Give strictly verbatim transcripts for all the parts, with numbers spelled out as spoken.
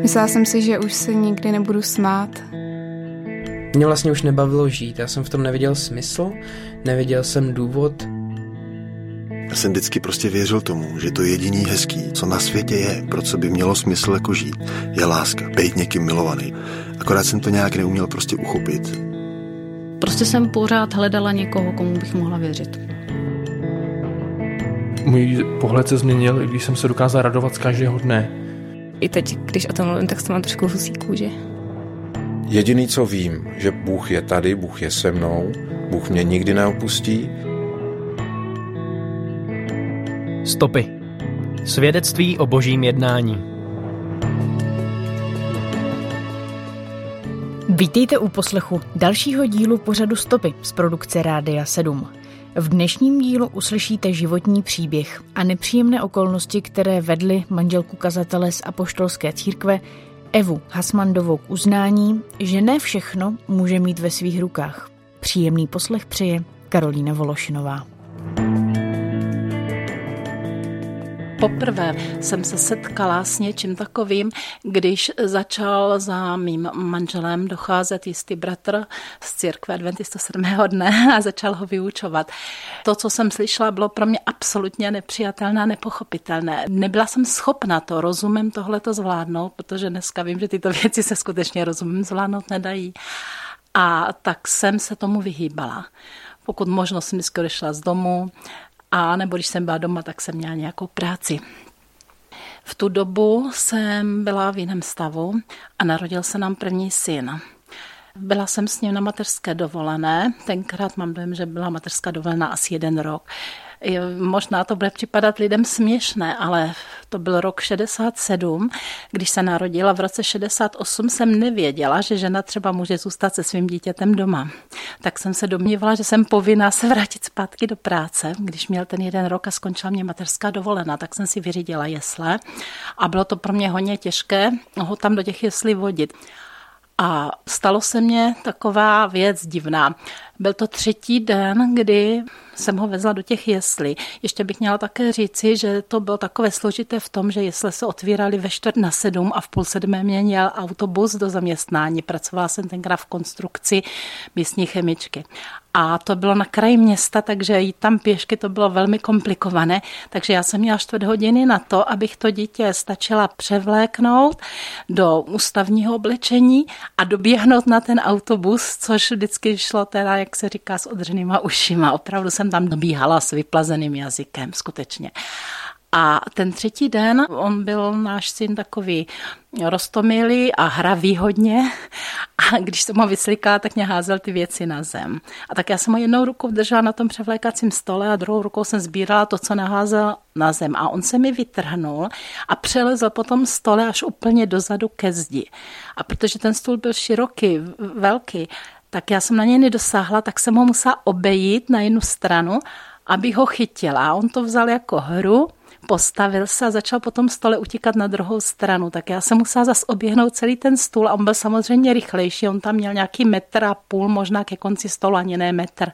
Myslela jsem si, že už se nikdy nebudu smát. Mě vlastně už nebavilo žít, já jsem v tom neviděl smysl, neviděl jsem důvod. Já jsem vždycky prostě věřil tomu, že to jediný hezký, co na světě je, pro co by mělo smysl jako žít, je láska, být někým milovaný. Akorát jsem to nějak neuměl prostě uchopit. Prostě jsem pořád hledala někoho, komu bych mohla věřit. Můj pohled se změnil, když jsem se dokázal radovat z každého dne. I teď, když o tom mluvím, tak se mám trošku husí kůži. Jediný, co vím, že Bůh je tady, Bůh je se mnou, Bůh mě nikdy neopustí. Stopy. Svědectví o božím jednání. Vítejte u poslechu dalšího dílu pořadu Stopy z produkce Rádia sedm. V dnešním dílu uslyšíte životní příběh a nepříjemné okolnosti, které vedly manželku kazatele z apoštolské církve Evu Hasmandovou k uznání, že ne všechno může mít ve svých rukách. Příjemný poslech přeje Karolína Vološinová. Poprvé jsem se setkala s něčím takovým, když začal za mým manželem docházet jistý bratr z církve Adventistů sedmého dne a začal ho vyučovat. To, co jsem slyšela, bylo pro mě absolutně nepřijatelné a nepochopitelné. Nebyla jsem schopna to rozumem tohleto zvládnout, protože dneska vím, že tyto věci se skutečně rozumem zvládnout nedají. A tak jsem se tomu vyhýbala. Pokud možno jsem vždycky odešla z domu, a nebo když jsem byla doma, tak jsem měla nějakou práci. V tu dobu jsem byla v jiném stavu a narodil se nám první syn. Byla jsem s ním na mateřské dovolené. Tenkrát mám dojem, že byla mateřská dovolená asi jeden rok. Možná to bude připadat lidem směšné, ale to byl rok šedesát sedm, když se narodila. V roce šedesát osm jsem nevěděla, že žena třeba může zůstat se svým dítětem doma. Tak jsem se domnívala, že jsem povinná se vrátit zpátky do práce. Když měl ten jeden rok a skončila mě mateřská dovolená, tak jsem si vyřídila jesle a bylo to pro mě hodně těžké ho tam do těch jeslí vodit. A stalo se mně taková věc divná. Byl to třetí den, kdy jsem ho vezla do těch jeslí. Ještě bych měla také říci, že to bylo takové složité v tom, že jesle se otvíraly ve čtvrt na sedm a v půl sedmé mě měl autobus do zaměstnání. Pracovala jsem tenkrát v konstrukci místní chemičky. A to bylo na kraji města, takže jít tam pěšky to bylo velmi komplikované. Takže já jsem měla čtvrt hodiny na to, abych to dítě stačila převléknout do ústavního oblečení a doběhnout na ten autobus, což vždycky šlo teda, jak se říká, s odřenýma ušima. Opravdu jsem tam dobíhala s vyplazeným jazykem, skutečně. A ten třetí den, on byl náš syn takový roztomilý a hravý hodně a když jsem ho vyslíkala, tak mě házel ty věci na zem. A tak já jsem ho jednou rukou držela na tom převlékacím stole a druhou rukou jsem sbírala to, co naházel na zem. A on se mi vytrhnul a přelezl po tom stole až úplně dozadu ke zdi. A protože ten stůl byl široký, velký, tak já jsem na něj nedosáhla, tak jsem ho musela obejít na jednu stranu, aby ho chytila. On to vzal jako hru, postavil se a začal po tom stole utíkat na druhou stranu. Tak já jsem musela zase oběhnout celý ten stůl a on byl samozřejmě rychlejší. On tam měl nějaký metr a půl, možná ke konci stolu, ani ne metr.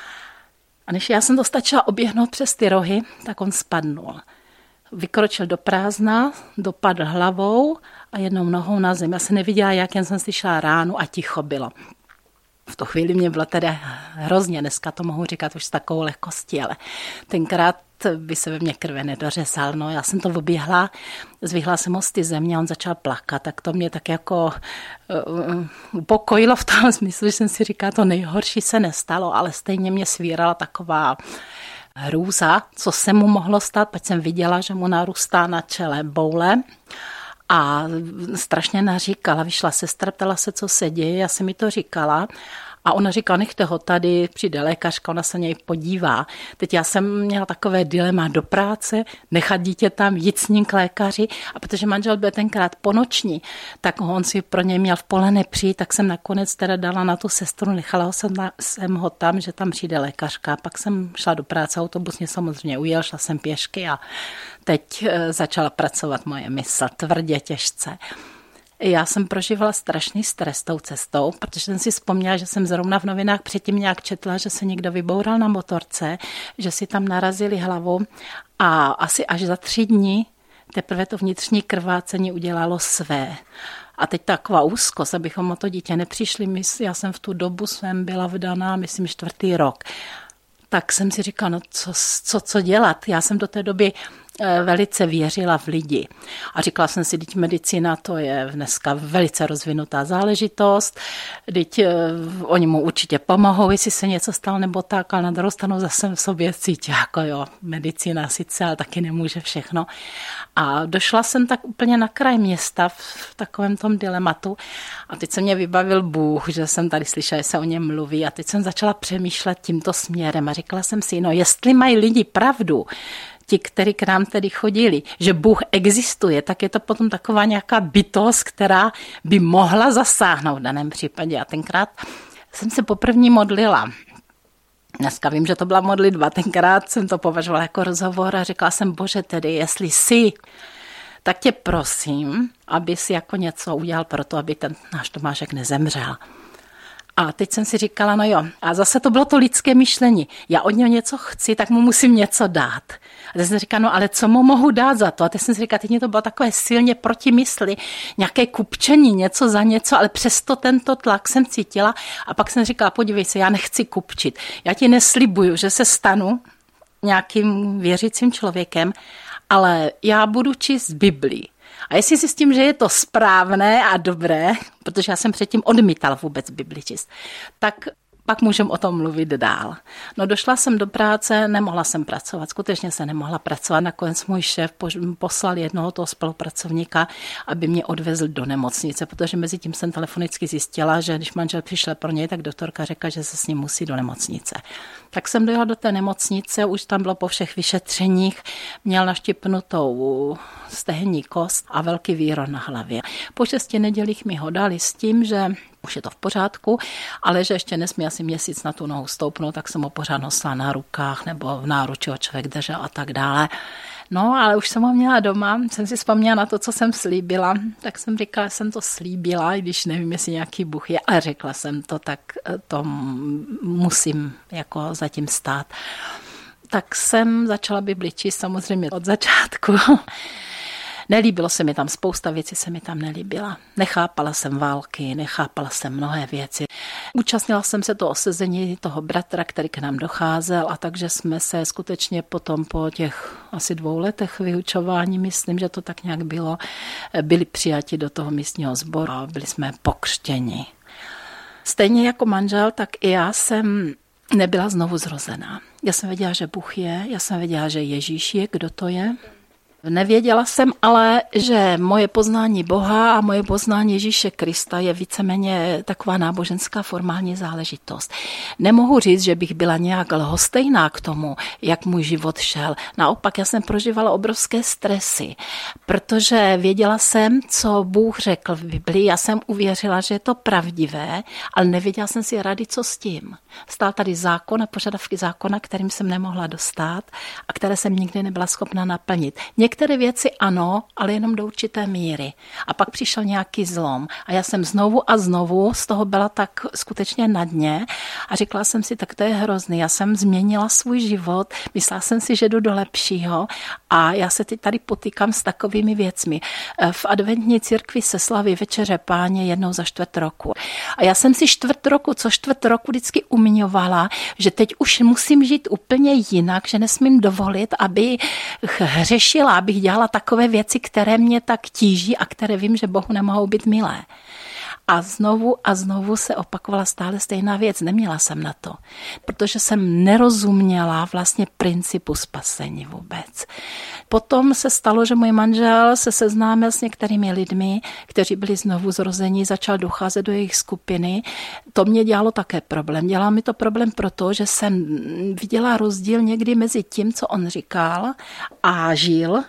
A než já jsem to stačila oběhnout přes ty rohy, tak on spadnul. Vykročil do prázdna, dopadl hlavou a jednou nohou na zem. Já jsem neviděla, jak, jen jsem slyšela ránu a ticho bylo. V tu chvíli mě bylo tedy hrozně, dneska to mohu říkat už s takovou lehkostí, ale tenkrát by se ve mně krve nedořezal. No, já jsem to oběhla, zvyhla jsem ho z ty země, on začal plakat, tak to mě tak jako uh, upokojilo v tom smyslu, že jsem si říkala, to nejhorší se nestalo, ale stejně mě svírala taková hrůza, co se mu mohlo stát, pak jsem viděla, že mu narůstá na čele boule. A strašně naříkala, vyšla sestra, ptala se, co se děje, já jsem mi to říkala a ona říkala, nechte ho tady, přijde lékařka, ona se něj podívá. Teď já jsem měla takové dilema do práce, nechat dítě tam, jít s ním k lékaři a protože manžel byl tenkrát ponoční, tak on si pro něj měl v poledne přijít, tak jsem nakonec teda dala na tu sestru, nechala ho jsem, jsem ho tam, že tam přijde lékařka. Pak jsem šla do práce, autobus mě samozřejmě ujel, šla jsem pěšky a teď začala pracovat moje mysl tvrdě, těžce. Já jsem prožívala strašný stres tou cestou, protože jsem si vzpomněla, že jsem zrovna v novinách předtím nějak četla, že se někdo vyboural na motorce, že si tam narazili hlavu a asi až za tři dny teprve to vnitřní krvácení udělalo své. A teď taková úzkost, abychom o to dítě nepřišli. Já jsem v tu dobu jsem byla vdaná, myslím, čtvrtý rok. Tak jsem si říkala, no co, co, co dělat? Já jsem do té doby velice věřila v lidi. A říkala jsem si, teď medicína, to je dneska velice rozvinutá záležitost, teď oni mu určitě pomohou, jestli se něco stalo nebo tak, ale na druhou stranu zase v sobě cítila, jako jo, medicína sice, ale taky nemůže všechno. A došla jsem tak úplně na kraj města v takovém tom dilematu a teď se mě vybavil Bůh, že jsem tady slyšela, že se o něm mluví a teď jsem začala přemýšlet tímto směrem a říkala jsem si, no jestli mají lidi pravdu, ti, kteří k nám tedy chodili, že Bůh existuje, tak je to potom taková nějaká bytost, která by mohla zasáhnout v daném případě. A tenkrát jsem se poprvní modlila. Dneska vím, že to byla modlitba, tenkrát jsem to považovala jako rozhovor a řekla jsem, Bože, tedy jestli jsi, tak tě prosím, aby si jako něco udělal pro to, aby ten náš Tomášek nezemřel. A teď jsem si říkala, no jo, a zase to bylo to lidské myšlení. Já od něho něco chci, tak mu musím něco dát. A teď jsem si říkala, no ale co mu mohu dát za to? A teď jsem si říkala, teď mě to bylo takové silně proti mysli, nějaké kupčení, něco za něco, ale přesto tento tlak jsem cítila. A pak jsem říkala, podívej se, já nechci kupčit. Já ti neslibuju, že se stanu nějakým věřícím člověkem, ale já budu číst Biblii. A jestli si s tím, že je to správné a dobré, protože já jsem předtím odmítala vůbec Bibli číst, tak pak můžeme o tom mluvit dál. No došla jsem do práce, nemohla jsem pracovat, skutečně se nemohla pracovat. Nakonec můj šéf poslal jednoho toho spolupracovníka, aby mě odvezl do nemocnice, protože mezi tím jsem telefonicky zjistila, že když manžel přišel pro něj, tak doktorka řekla, že se s ním musí do nemocnice. Tak jsem dojela do té nemocnice, už tam bylo po všech vyšetřeních, měl naštipnutou stehenní kost a velký výron na hlavě. Po šesti nedělích mi ho dali s tím, že už je to v pořádku, ale že ještě nesmí asi měsíc na tu nohu stoupnout, tak jsem ho pořád nosila na rukách nebo v náruči ho člověk držel a tak dále. No, ale už jsem ho měla doma, jsem si vzpomněla na to, co jsem slíbila, tak jsem říkala, že jsem to slíbila, i když nevím, jestli nějaký Bůh je, ale řekla jsem to, tak to musím jako zatím stát. Tak jsem začala Bibli číst samozřejmě od začátku. Nelíbilo se mi tam, spousta věcí se mi tam nelíbila. Nechápala jsem války, nechápala jsem mnohé věci. Účastnila jsem se toho osezení toho bratra, který k nám docházel a takže jsme se skutečně potom po těch asi dvou letech vyučování, myslím, že to tak nějak bylo, byli přijati do toho místního sboru a byli jsme pokřtěni. Stejně jako manžel, tak i já jsem nebyla znovu zrozená. Já jsem věděla, že Bůh je, já jsem věděla, že Ježíš je, kdo to je. Nevěděla jsem ale, že moje poznání Boha a moje poznání Ježíše Krista je víceméně taková náboženská formální záležitost. Nemohu říct, že bych byla nějak lhostejná k tomu, jak můj život šel. Naopak, já jsem prožívala obrovské stresy, protože věděla jsem, co Bůh řekl v Biblii. Já jsem uvěřila, že je to pravdivé, ale nevěděla jsem si rady, co s tím. Stál tady zákon a požadavky zákona, kterým jsem nemohla dostát a které jsem nikdy nebyla schopna naplnit. Některé věci ano, ale jenom do určité míry. A pak přišel nějaký zlom. A já jsem znovu a znovu z toho byla tak skutečně na dně a říkala jsem si, tak to je hrozný. Já jsem změnila svůj život, myslela jsem si, že jdu do lepšího a já se teď tady potýkám s takovými věcmi. V adventní církvi se slaví Večeře Páně jednou za čtvrt roku. A já jsem si čtvrt roku, co čtvrt roku vždycky uměňovala, že teď už musím žít úplně jinak, že nesmím dovolit, aby hřešila, abych dělala takové věci, které mě tak tíží a které vím, že Bohu nemohou být milé. A znovu a znovu se opakovala stále stejná věc. Neměla jsem na to, protože jsem nerozuměla vlastně principu spasení vůbec. Potom se stalo, že můj manžel se seznámil s některými lidmi, kteří byli znovu zrození, začal docházet do jejich skupiny. To mě dělalo také problém. Dělalo mi to problém proto, že jsem viděla rozdíl někdy mezi tím, co on říkal a žil.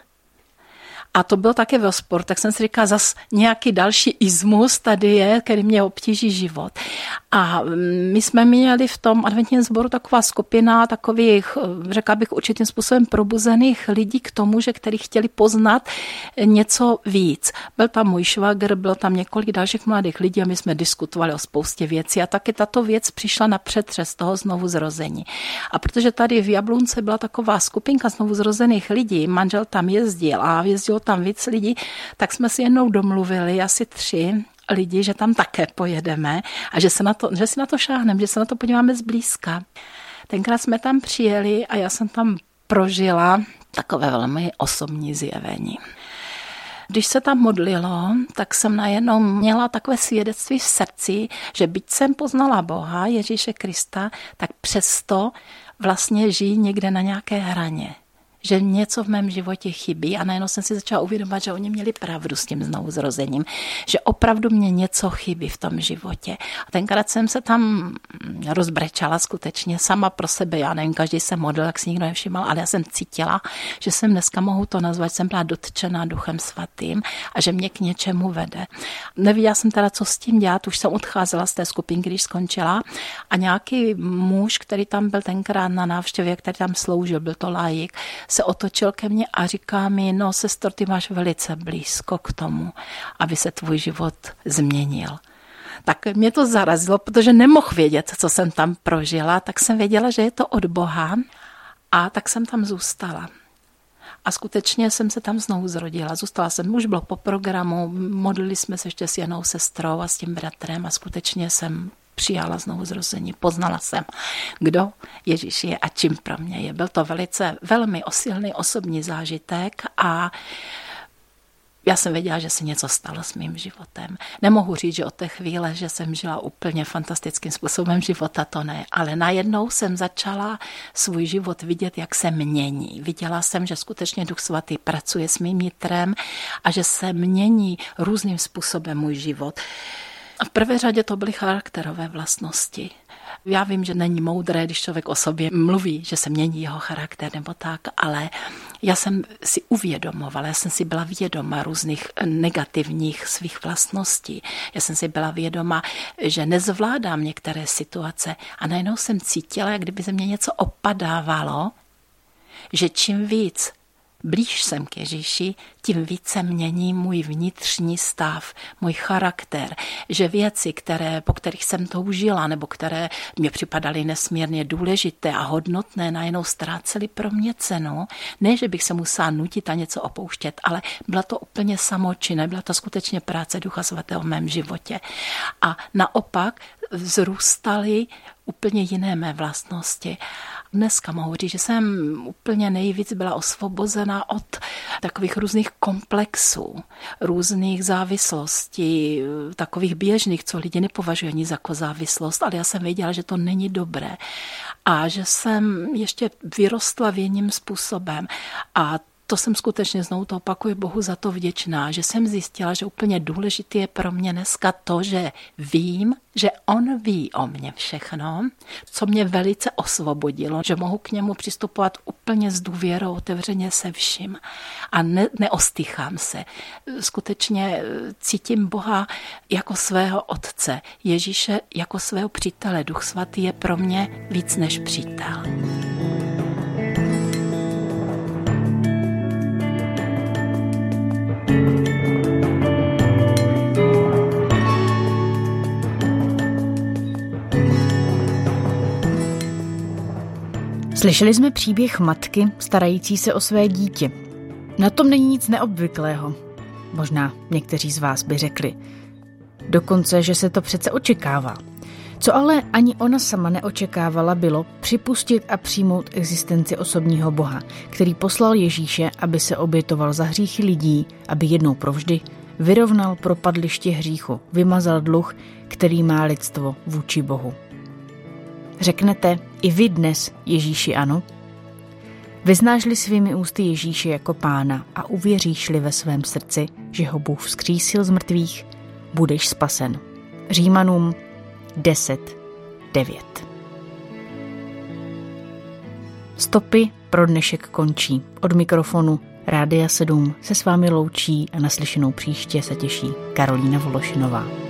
A to byl také ve sport, tak jsem si říkala, zas nějaký další izmus tady je, který mě obtíží život. A my jsme měli v tom adventním sboru taková skupina takových, řekla bych, určitým způsobem probuzených lidí k tomu, že kteří chtěli poznat něco víc. Byl tam můj švagr, bylo tam několik dalších mladých lidí a my jsme diskutovali o spoustě věcí a taky tato věc přišla na přetřes toho znovu zrození. A protože tady v Jablunce byla taková skupinka znovu zrozených lidí, manžel tam jezdil a jezdil bylo tam víc lidí, tak jsme si jednou domluvili, asi tři lidi, že tam také pojedeme a že, se na to, že si na to šáhneme, že se na to podíváme zblízka. Tenkrát jsme tam přijeli a já jsem tam prožila takové velmi osobní zjevení. Když se tam modlilo, tak jsem najednou měla takové svědectví v srdci, že byť jsem poznala Boha, Ježíše Krista, tak přesto vlastně žijí někde na nějaké hraně. Že něco v mém životě chybí a najednou jsem si začala uvědomovat, že oni měli pravdu s tím znovuzrozením, že opravdu mě něco chybí v tom životě. A tenkrát jsem se tam rozbrečala skutečně sama pro sebe, já nevím, každý se modlil, jak si nikdo nevšiml, ale já jsem cítila, že jsem dneska mohu to nazvat, jsem byla dotčená Duchem Svatým a že mě k něčemu vede. Nevěděla jsem teda, co s tím dělat, už jsem odcházela z té skupinky, když skončila a nějaký muž, který tam byl tenkrát na návštěvě, který tam sloužil, byl to laik, se otočil ke mně a říká mi, no sestro, ty máš velice blízko k tomu, aby se tvůj život změnil. Tak mě to zarazilo, protože nemohl vědět, co jsem tam prožila, tak jsem věděla, že je to od Boha a tak jsem tam zůstala. A skutečně jsem se tam znovu zrodila. Zůstala jsem, už bylo po programu, modlili jsme se ještě s jednou sestrou a s tím bratrem a skutečně jsem přijala znovu zrození. Poznala jsem, kdo Ježíš je a čím pro mě je. Byl to velice velmi osilný osobní zážitek a já jsem věděla, že se něco stalo s mým životem. Nemohu říct, že od té chvíle, že jsem žila úplně fantastickým způsobem života, to ne, ale najednou jsem začala svůj život vidět, jak se mění. Viděla jsem, že skutečně Duch Svatý pracuje s mým nitrem a že se mění různým způsobem můj život. A v prvé řadě to byly charakterové vlastnosti. Já vím, že není moudré, když člověk o sobě mluví, že se mění jeho charakter nebo tak, ale já jsem si uvědomovala, já jsem si byla vědoma různých negativních svých vlastností. Já jsem si byla vědoma, že nezvládám některé situace a najednou jsem cítila, jak kdyby ze mě něco opadávalo, že čím víc blíž jsem k Ježíši, tím více mění můj vnitřní stav, můj charakter, že věci, které, po kterých jsem toužila, nebo které mě připadaly nesmírně důležité a hodnotné, najednou ztrácely pro mě cenu. Ne, že bych se musela nutit a něco opouštět, ale byla to úplně samočinné, byla to skutečně práce Ducha Svatého v mém životě. A naopak vzrůstaly úplně jiné mé vlastnosti. Dneska mohu říct, že jsem úplně nejvíc byla osvobozena od takových různých komplexů, různých závislostí, takových běžných, co lidi nepovažují ani jako závislost, ale já jsem věděla, že to není dobré a že jsem ještě vyrostla v jiným způsobem a to jsem skutečně, znovu to opakuju, Bohu za to vděčná, že jsem zjistila, že úplně důležité je pro mě dneska to, že vím, že on ví o mně všechno, co mě velice osvobodilo, že mohu k němu přistupovat úplně s důvěrou, otevřeně se vším a ne, neostýchám se. Skutečně cítím Boha jako svého otce, Ježíše jako svého přítele. Duch Svatý je pro mě víc než přítel. Slyšeli jsme příběh matky starající se o své dítě. Na tom není nic neobvyklého. Možná někteří z vás by řekli. Dokonce, že se to přece očekává. Co ale ani ona sama neočekávala, bylo připustit a přijmout existenci osobního Boha, který poslal Ježíše, aby se obětoval za hříchy lidí, aby jednou provždy vyrovnal propadliště hříchu, vymazal dluh, který má lidstvo vůči Bohu. Řeknete i vy dnes Ježíši ano? Vyznáš-li svými ústy Ježíše jako pána a uvěříš-li ve svém srdci, že ho Bůh vzkřísil z mrtvých, budeš spasen. Římanům deset devět. Stopy pro dnešek končí. Od mikrofonu Rádia sedm se s vámi loučí a naslyšenou příště se těší Karolína Vološinová.